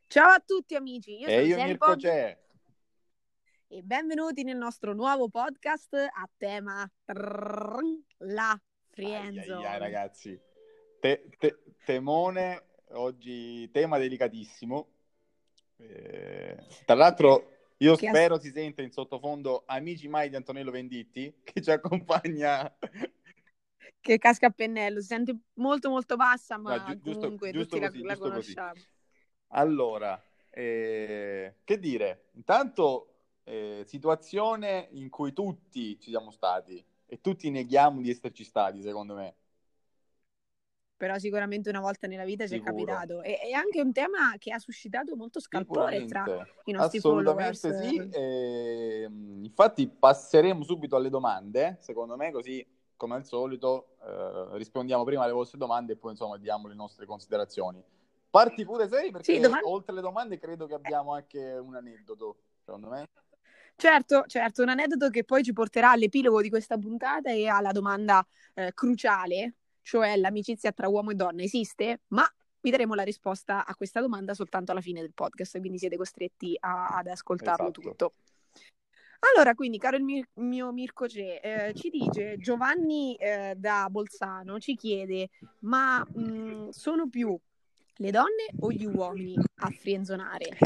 Ciao a tutti amici, io E sono io Mirko Serpod c'è. e benvenuti nel nostro nuovo podcast a tema la Ai ai ai friendzone. ragazzi. Temone, oggi tema delicatissimo. Tra l'altro io Che, as- spero si senta in sottofondo Amici mai di Antonello Venditti che ci accompagna. che casca a pennello, si sente molto molto bassa, No, ma giusto, comunque tutti giusto così, la giusto così. conosciamo. Allora, che dire? Intanto, situazione in cui tutti ci siamo stati e tutti neghiamo di esserci stati, secondo me. Però sicuramente una volta nella vita ci è Sicuro. capitato. E è anche un tema che ha suscitato molto scalpore tra Sicuramente, i nostri followers. assolutamente sì. Infatti passeremo subito alle domande, secondo me, così come al solito rispondiamo prima alle vostre domande e poi insomma diamo le nostre considerazioni. Parti pure sei Sì, perché oltre alle domande credo che abbiamo anche un aneddoto, secondo me. Certo, un aneddoto che poi ci porterà all'epilogo di questa puntata e alla domanda cruciale, cioè l'amicizia tra uomo e donna esiste? Ma vi daremo la risposta a questa domanda soltanto alla fine del podcast, quindi siete costretti ad ascoltarlo Esatto. tutto. Allora, quindi, caro mio Mirko Ge, ci dice Giovanni da Bolzano, ci chiede, ma sono più le donne o gli uomini a frienzonare?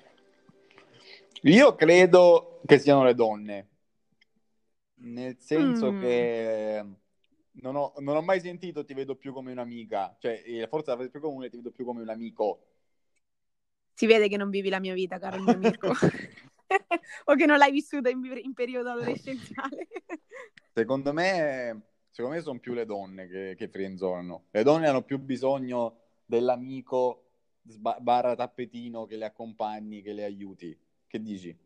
Io credo che siano le donne, nel senso Mm. che non ho mai sentito ti vedo più come un'amica, cioè forse la frase più comune ti vedo più come un amico. Si vede che non vivi la mia vita, caro il mio Mirko. O che non l'hai vissuta in periodo adolescenziale. Secondo me sono più le donne che friendzonano. Le donne hanno più bisogno dell'amico barra tappetino che le accompagni, che le aiuti. Che dici?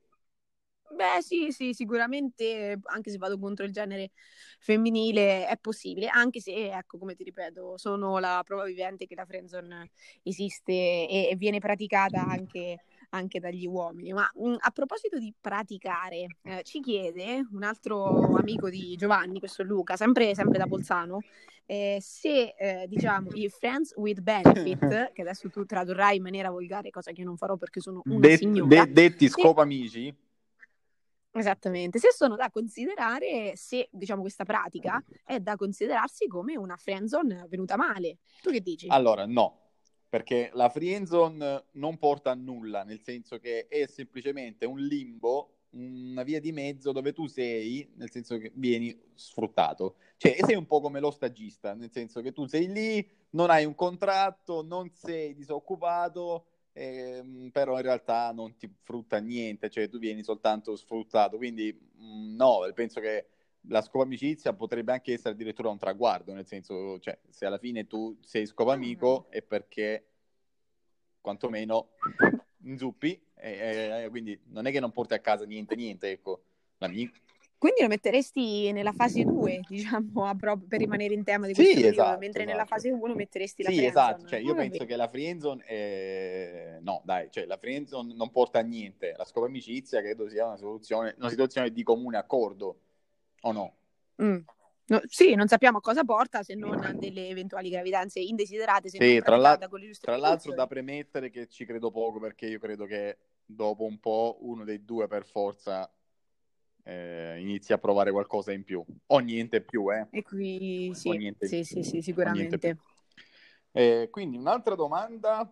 Beh, sì, sicuramente, anche se vado contro il genere femminile, è possibile, anche se, ecco, come ti ripeto, sono la prova vivente che la friendzone esiste e viene praticata anche dagli uomini. Ma a proposito di praticare, ci chiede un altro amico di Giovanni, questo è Luca, sempre da Bolzano, se, diciamo, i friends with benefit, che adesso tu tradurrai in maniera volgare, cosa che io non farò perché sono una signora, Detti se scopa amici? esattamente, se sono da considerare, se diciamo questa pratica è da considerarsi come una friendzone venuta male. Tu che dici? Allora, no, perché la friendzone non porta a nulla, nel senso che è semplicemente un limbo, una via di mezzo dove tu sei, nel senso che vieni sfruttato. Cioè, sei un po' come lo stagista, nel senso che tu sei lì, non hai un contratto, non sei disoccupato, però in realtà non ti frutta niente, cioè tu vieni soltanto sfruttato. Quindi, no, penso che la scopa amicizia potrebbe anche essere addirittura un traguardo, nel senso, cioè, se alla fine tu sei scopa Mm. amico è perché quantomeno inzuppi, quindi non è che non porti a casa niente, ecco, l'amico. Quindi lo metteresti nella fase 2, diciamo, per rimanere in tema di questo Sì, periodo, esatto, mentre nella esatto. fase 1 metteresti la Sì, esatto, cioè friendzone. Ho io penso che capito. la friendzone no, dai, cioè la friendzone non porta a niente, la scopa amicizia credo sia una soluzione, una situazione di comune accordo, o no? Mm. No, sì, non sappiamo a cosa porta se non a delle eventuali gravidanze indesiderate se non Sì, praticata con le giuste tra l'altro da precauzioni. premettere che ci credo poco perché io credo che dopo un po' uno dei due per forza inizi a provare qualcosa in più. O niente più, E qui o sì, niente, sì, o niente più. sicuramente. Quindi un'altra domanda,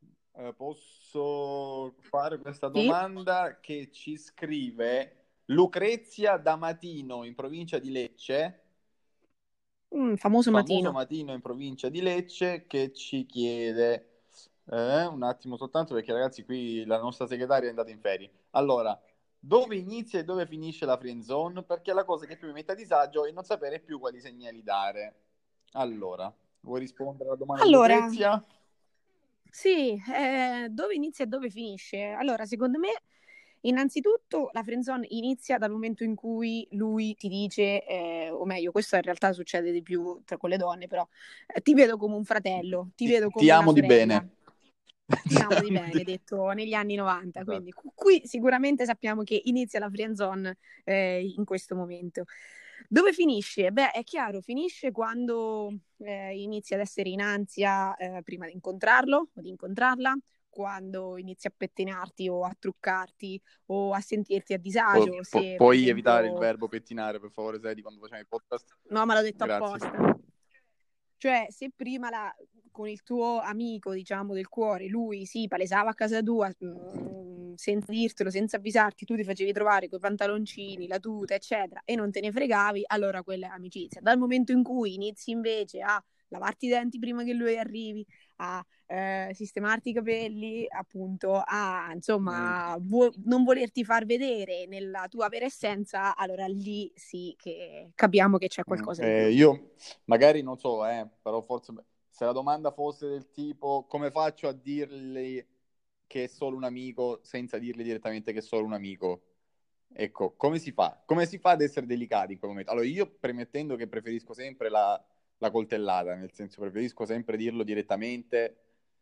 posso fare questa Sì. domanda che ci scrive Lucrezia da Matino in provincia di Lecce. Famoso Famoso Matino. Matino in provincia di Lecce che ci chiede un attimo soltanto perché ragazzi qui la nostra segretaria è andata in ferie. Allora, dove inizia e dove finisce la friend zone? Perché la cosa che più mi mette a disagio è non sapere più quali segnali dare. Allora, vuoi rispondere alla domanda di Allora, Lucrezia? sì, dove inizia e dove finisce? Allora, secondo me, innanzitutto la friendzone inizia dal momento in cui lui ti dice, o meglio, questo in realtà succede di più con le donne, però ti vedo come un fratello, ti vedo Ti come una amo di sorella. bene. Ti amo di bene, detto negli anni 90, Esatto. quindi qui sicuramente sappiamo che inizia la friendzone in questo momento. Dove finisce? Beh, è chiaro, finisce quando inizia ad essere in ansia prima di incontrarlo o di incontrarla, quando inizi a pettinarti o a truccarti o a sentirti a disagio. Se, per Puoi evitare il esempio... verbo pettinare, per favore, sai, di quando facciamo i podcast? No, ma l'ho detto Grazie. apposta. Cioè, se prima con il tuo amico, diciamo, del cuore, lui si palesava a casa tua, senza dirtelo, senza avvisarti, tu ti facevi trovare coi pantaloncini, la tuta, eccetera, e non te ne fregavi, allora quella è amicizia. Dal momento in cui inizi invece a lavarti i denti prima che lui arrivi, a sistemarti i capelli, appunto, a insomma non volerti far vedere nella tua vera essenza, allora lì sì che capiamo che c'è qualcosa di più. Io magari non so, però forse se la domanda fosse del tipo come faccio a dirgli che è solo un amico senza dirgli direttamente che è solo un amico, ecco, come si fa? Come si fa ad essere delicati in quel momento? Allora, io premettendo che preferisco sempre la coltellata, nel senso preferisco sempre dirlo direttamente,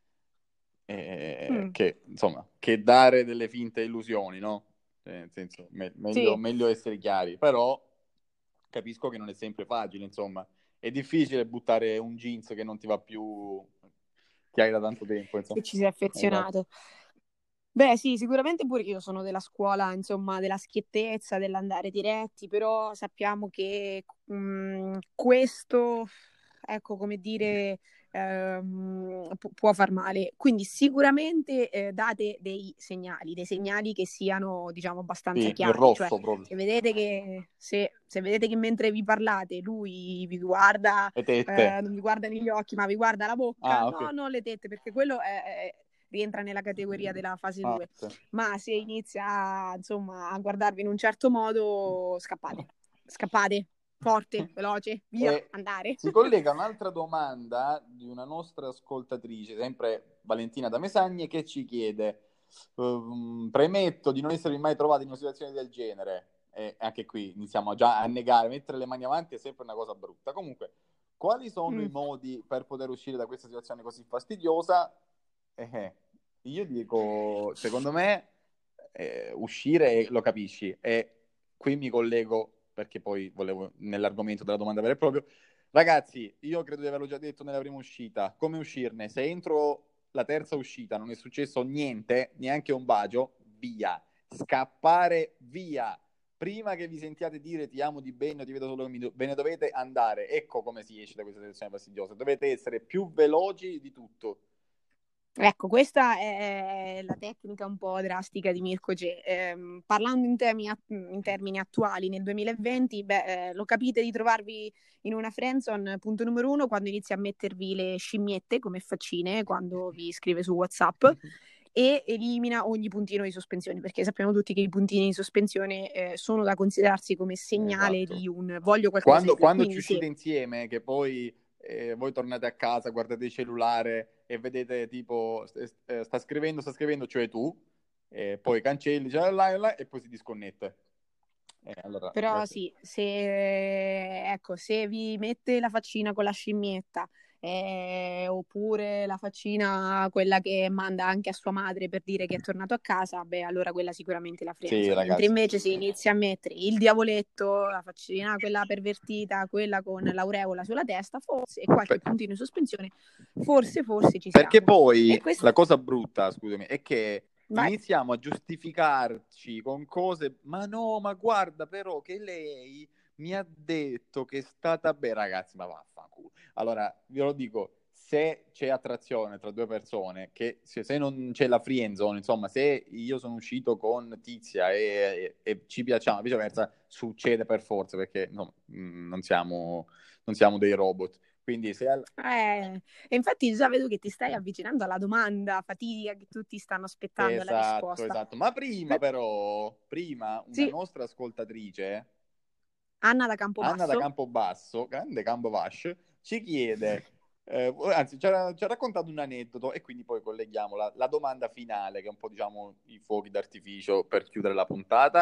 che, insomma, che dare delle finte illusioni, no? Nel senso, Sì. meglio essere chiari, però capisco che non è sempre facile, insomma. È difficile buttare un jeans che non ti va più, che hai da tanto tempo, insomma. Che ci sei affezionato. Esatto. Beh, sì, sicuramente pure io sono della scuola, insomma, della schiettezza, dell'andare diretti, però sappiamo che questo, ecco, come dire, può far male. Quindi sicuramente date dei segnali che siano, diciamo, abbastanza Sì, il chiari. Cioè, rosso proprio. se vedete che mentre vi parlate lui vi guarda, Le tette. non vi guarda negli occhi, ma vi guarda la bocca, Ah, ok. no, non le tette, perché quello rientra nella categoria della fase 2, Ok. ma se inizia insomma a guardarvi in un certo modo, scappate, forte, veloce, via, andare. Si collega un'altra domanda di una nostra ascoltatrice, sempre Valentina da Mesagne, che ci chiede: premetto di non essermi mai trovato in una situazione del genere, e anche qui iniziamo già a negare, mettere le mani avanti è sempre una cosa brutta. Comunque, quali sono i modi per poter uscire da questa situazione così fastidiosa? Io dico, secondo me, uscire, lo capisci, e qui mi collego perché poi volevo nell'argomento della domanda vera e propria. Ragazzi, io credo di averlo già detto nella prima uscita. Come uscirne? Se entro la terza uscita non è successo niente, neanche un bacio, via. Scappare via. Prima che vi sentiate dire ti amo di bene o ti vedo solo ve ne dovete andare. Ecco come si esce da questa situazione fastidiosa. Dovete essere più veloci di tutto. Ecco, questa è la tecnica un po' drastica di Mirko G. Parlando in termini attuali, nel 2020, lo capite di trovarvi in una friendzone, punto numero 1, quando inizi a mettervi le scimmiette come faccine, quando vi scrive su WhatsApp, e elimina ogni puntino di sospensione, perché sappiamo tutti che i puntini di sospensione sono da considerarsi come segnale Esatto. di un voglio qualcosa di più. Quando ci Quindi uscite insieme, che poi voi tornate a casa, guardate il cellulare e vedete tipo sta scrivendo, cioè tu, poi cancelli, cioè, e poi si disconnette. Allora, Però sì, se vi mette la faccina con la scimmietta, oppure la faccina quella che manda anche a sua madre per dire che è tornato a casa, beh, allora quella sicuramente la sì, friendzone. Mentre ragazzi. invece si inizia a mettere il diavoletto, la faccina quella pervertita, quella con l'aureola sulla testa, forse, e qualche puntino in sospensione, forse ci Perché siamo. poi E questo... la cosa brutta, scusami, è che Vai. iniziamo a giustificarci con cose, ma no, ma guarda però che lei mi ha detto che è stata bene, ragazzi, ma vaffanculo. Allora, vi lo dico, se c'è attrazione tra due persone, che se non c'è la friendzone, insomma, se io sono uscito con Tizia e ci piacciamo, viceversa, succede per forza, perché no, non siamo dei robot. Quindi se E infatti già vedo che ti stai avvicinando alla domanda fatidica che tutti stanno aspettando la risposta. esatto. Ma prima una Sì, nostra ascoltatrice, Anna da Anna da Campobasso. Campobasso, grande Campobasso, ci chiede, anzi ci ha raccontato un aneddoto e quindi poi colleghiamo la domanda finale, che è un po' diciamo i fuochi d'artificio per chiudere la puntata.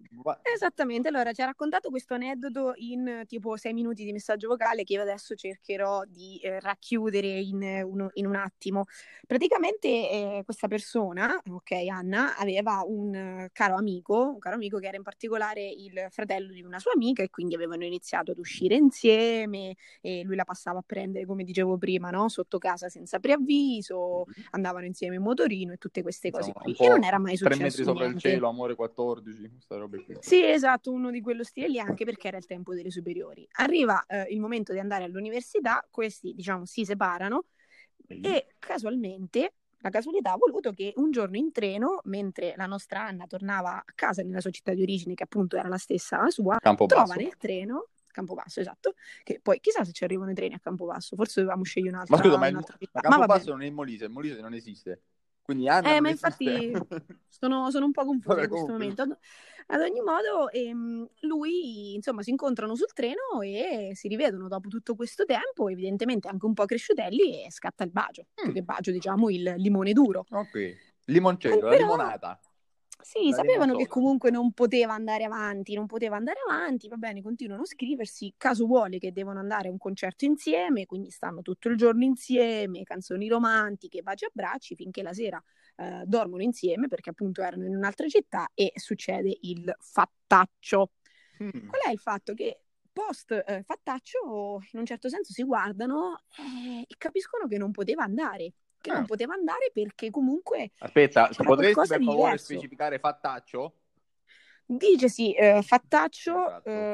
Esattamente, allora ci ha raccontato questo aneddoto in tipo 6 minuti di messaggio vocale che io adesso cercherò di racchiudere in un attimo. Praticamente questa persona, ok, Anna, aveva un caro amico che era in particolare il fratello di una sua amica e quindi avevano iniziato ad uscire insieme e lui la passava a prendere, come dicevo prima, no? Sotto casa senza preavviso, andavano insieme in motorino e tutte queste cose Insomma, un qui. E non po' era mai 3 metri successo sopra il niente. cielo, amore 14, queste robe qui. Sì, esatto, uno di quello stile lì, anche perché era il tempo delle superiori. Arriva il momento di andare all'università, questi, diciamo, si separano Sì. e casualmente la casualità ha voluto che un giorno in treno, mentre la nostra Anna tornava a casa nella sua città di origine, che appunto era la stessa sua, trova Campobasso. nel treno, Campobasso, esatto, che poi chissà se ci arrivano i treni a Campobasso, forse dovevamo scegliere Ma scusa, ma, un'altra ma città, ma va bene. Campobasso non è il Molise non esiste. Quindi Anna non Ma esiste. infatti sono un po' confusa Vabbè, in questo comunque. momento. Ad ogni modo, lui, insomma, si incontrano sul treno e si rivedono dopo tutto questo tempo, evidentemente anche un po' cresciutelli, e scatta il bacio. Più che bacio, diciamo, il limone duro. Ok. Limoncello, la Però limonata. sì, La sapevano che limonsola. comunque non poteva andare avanti, non poteva andare avanti, va bene, continuano a scriversi, caso vuole che devono andare a un concerto insieme, quindi stanno tutto il giorno insieme, canzoni romantiche, baci e abbracci, finché la sera dormono insieme, perché appunto erano in un'altra città e succede il fattaccio. Mm. Qual è il fatto? Che post fattaccio in un certo senso si guardano e capiscono che non poteva andare, Ah. perché comunque Aspetta, c'era potresti qualcosa per di favore diverso. specificare fattaccio? Dice sì, fattaccio, Esatto.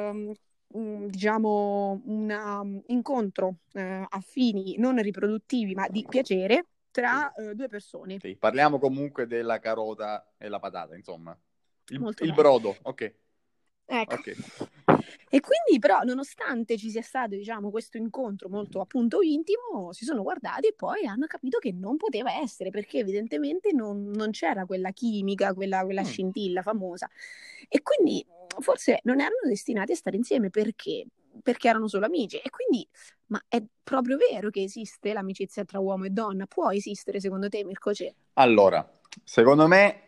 diciamo, un incontro a fini non riproduttivi ma di piacere Sì. tra due persone. Sì, parliamo comunque della carota e la patata, insomma. Molto Il bene. brodo, ok. Ecco. Ok. E quindi però, nonostante ci sia stato, diciamo, questo incontro molto appunto intimo, si sono guardati e poi hanno capito che non poteva essere, perché evidentemente non c'era quella chimica, quella Mm. scintilla famosa. E quindi forse non erano destinati a stare insieme perché erano solo amici. E quindi, ma è proprio vero che esiste l'amicizia tra uomo e donna? Può esistere secondo te, Mirko Ce? Allora, secondo me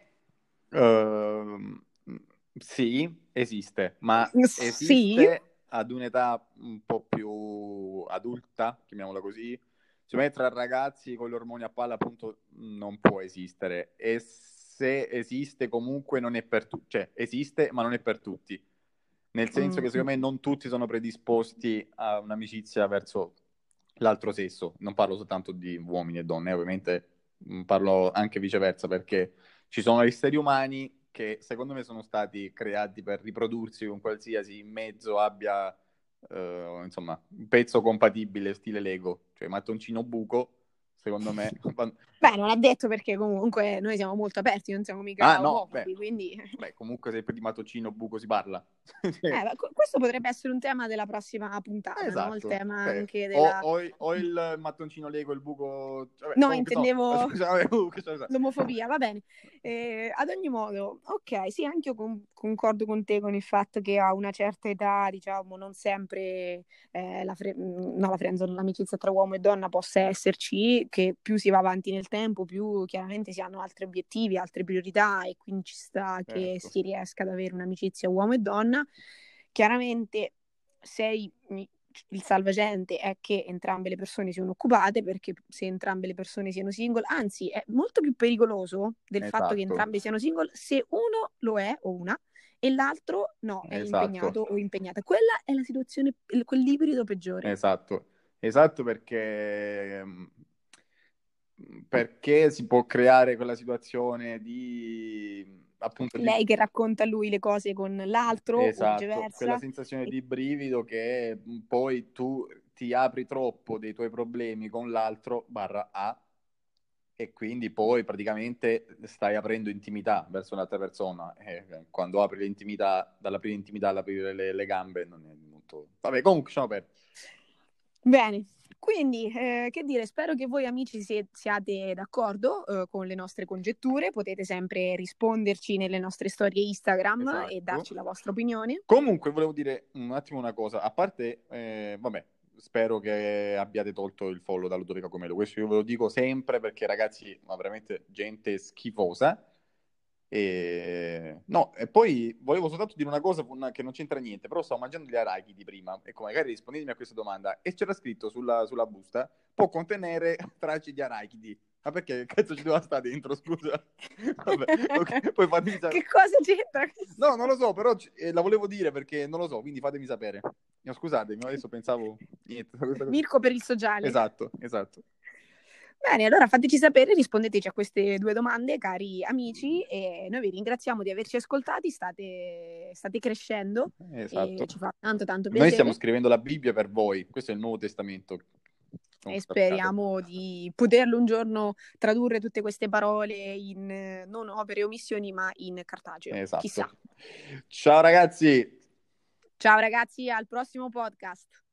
ehm, sì, esiste, ma Sì. esiste ad un'età un po' più adulta, chiamiamola così. Secondo me tra ragazzi con gli ormoni a palla appunto non può esistere e se esiste comunque non è per tutti, cioè esiste ma non è per tutti, nel senso Mm. che secondo me non tutti sono predisposti a un'amicizia verso l'altro sesso, non parlo soltanto di uomini e donne, ovviamente parlo anche viceversa perché ci sono esseri umani che secondo me sono stati creati per riprodursi con qualsiasi mezzo abbia insomma un pezzo compatibile stile Lego, cioè mattoncino buco, secondo me. Beh, non è detto perché comunque noi siamo molto aperti, non siamo Ah mica no, beh, omofobi, quindi beh comunque se per di mattoncino buco si parla. questo potrebbe essere un tema della prossima puntata, no? Il Esatto, tema cioè, anche o, della... o il, o il mattoncino Lego, il buco, vabbè, No, comunque so, intendevo vabbè, comunque l'omofobia, va bene. Ad ogni modo, ok, sì, anche io concordo con te con il fatto che a una certa età, diciamo, non sempre no, la friendzone, l'amicizia tra uomo e donna possa esserci, che più si va avanti nel tempo, più chiaramente si hanno altri obiettivi, altre priorità e quindi ci sta che certo. si riesca ad avere un'amicizia uomo e donna. Chiaramente sei il salvagente è che entrambe le persone siano occupate, perché se entrambe le persone siano single, anzi è molto più pericoloso del fatto che Esatto, entrambe siano single se uno lo è o una e l'altro no, è esatto, impegnato o impegnata. Quella è la situazione, quell'ibrido peggiore. esatto, esatto perché si può creare quella situazione di appunto di Lei che racconta a lui le cose con l'altro o esatto, quella viceversa. sensazione E di brivido che poi tu ti apri troppo dei tuoi problemi con l'altro barra A e quindi poi praticamente stai aprendo intimità verso un'altra persona e quando apri l'intimità, dall'aprire l'intimità all'aprire le gambe non è molto... Vabbè, comunque lasciamo perdere. bene, quindi che dire, spero che voi amici siate d'accordo con le nostre congetture, potete sempre risponderci nelle nostre storie Instagram e Esatto. darci la vostra opinione. Comunque volevo dire un attimo una cosa, a parte, vabbè, spero che abbiate tolto il follow da Ludovica Comelo, questo io ve lo dico sempre perché ragazzi, ma veramente gente schifosa. No, e poi volevo soltanto dire una cosa che non c'entra niente, però stavo mangiando gli arachidi prima, ecco, magari rispondetemi a questa domanda, e c'era scritto sulla busta, può contenere tracce di arachidi. Ma perché cazzo ci doveva stare dentro, scusa? Vabbè, ok, poi fatemi sapere. Che cosa c'entra questo? No, non lo so, però la volevo dire perché non lo so, quindi fatemi sapere. No, scusatemi, adesso pensavo niente. Mirko per il sociale. Esatto, esatto. Bene, allora fateci sapere, rispondeteci a queste 2 domande, cari amici, e noi vi ringraziamo di averci ascoltati, state crescendo Esatto. e ci fa tanto Noi piacere. stiamo scrivendo la Bibbia per voi, questo è il Nuovo Testamento. E speriamo di poterlo un giorno tradurre tutte queste parole in non opere o missioni, ma in cartaceo. Esatto. Chissà. Ciao ragazzi! Ciao ragazzi, al prossimo podcast.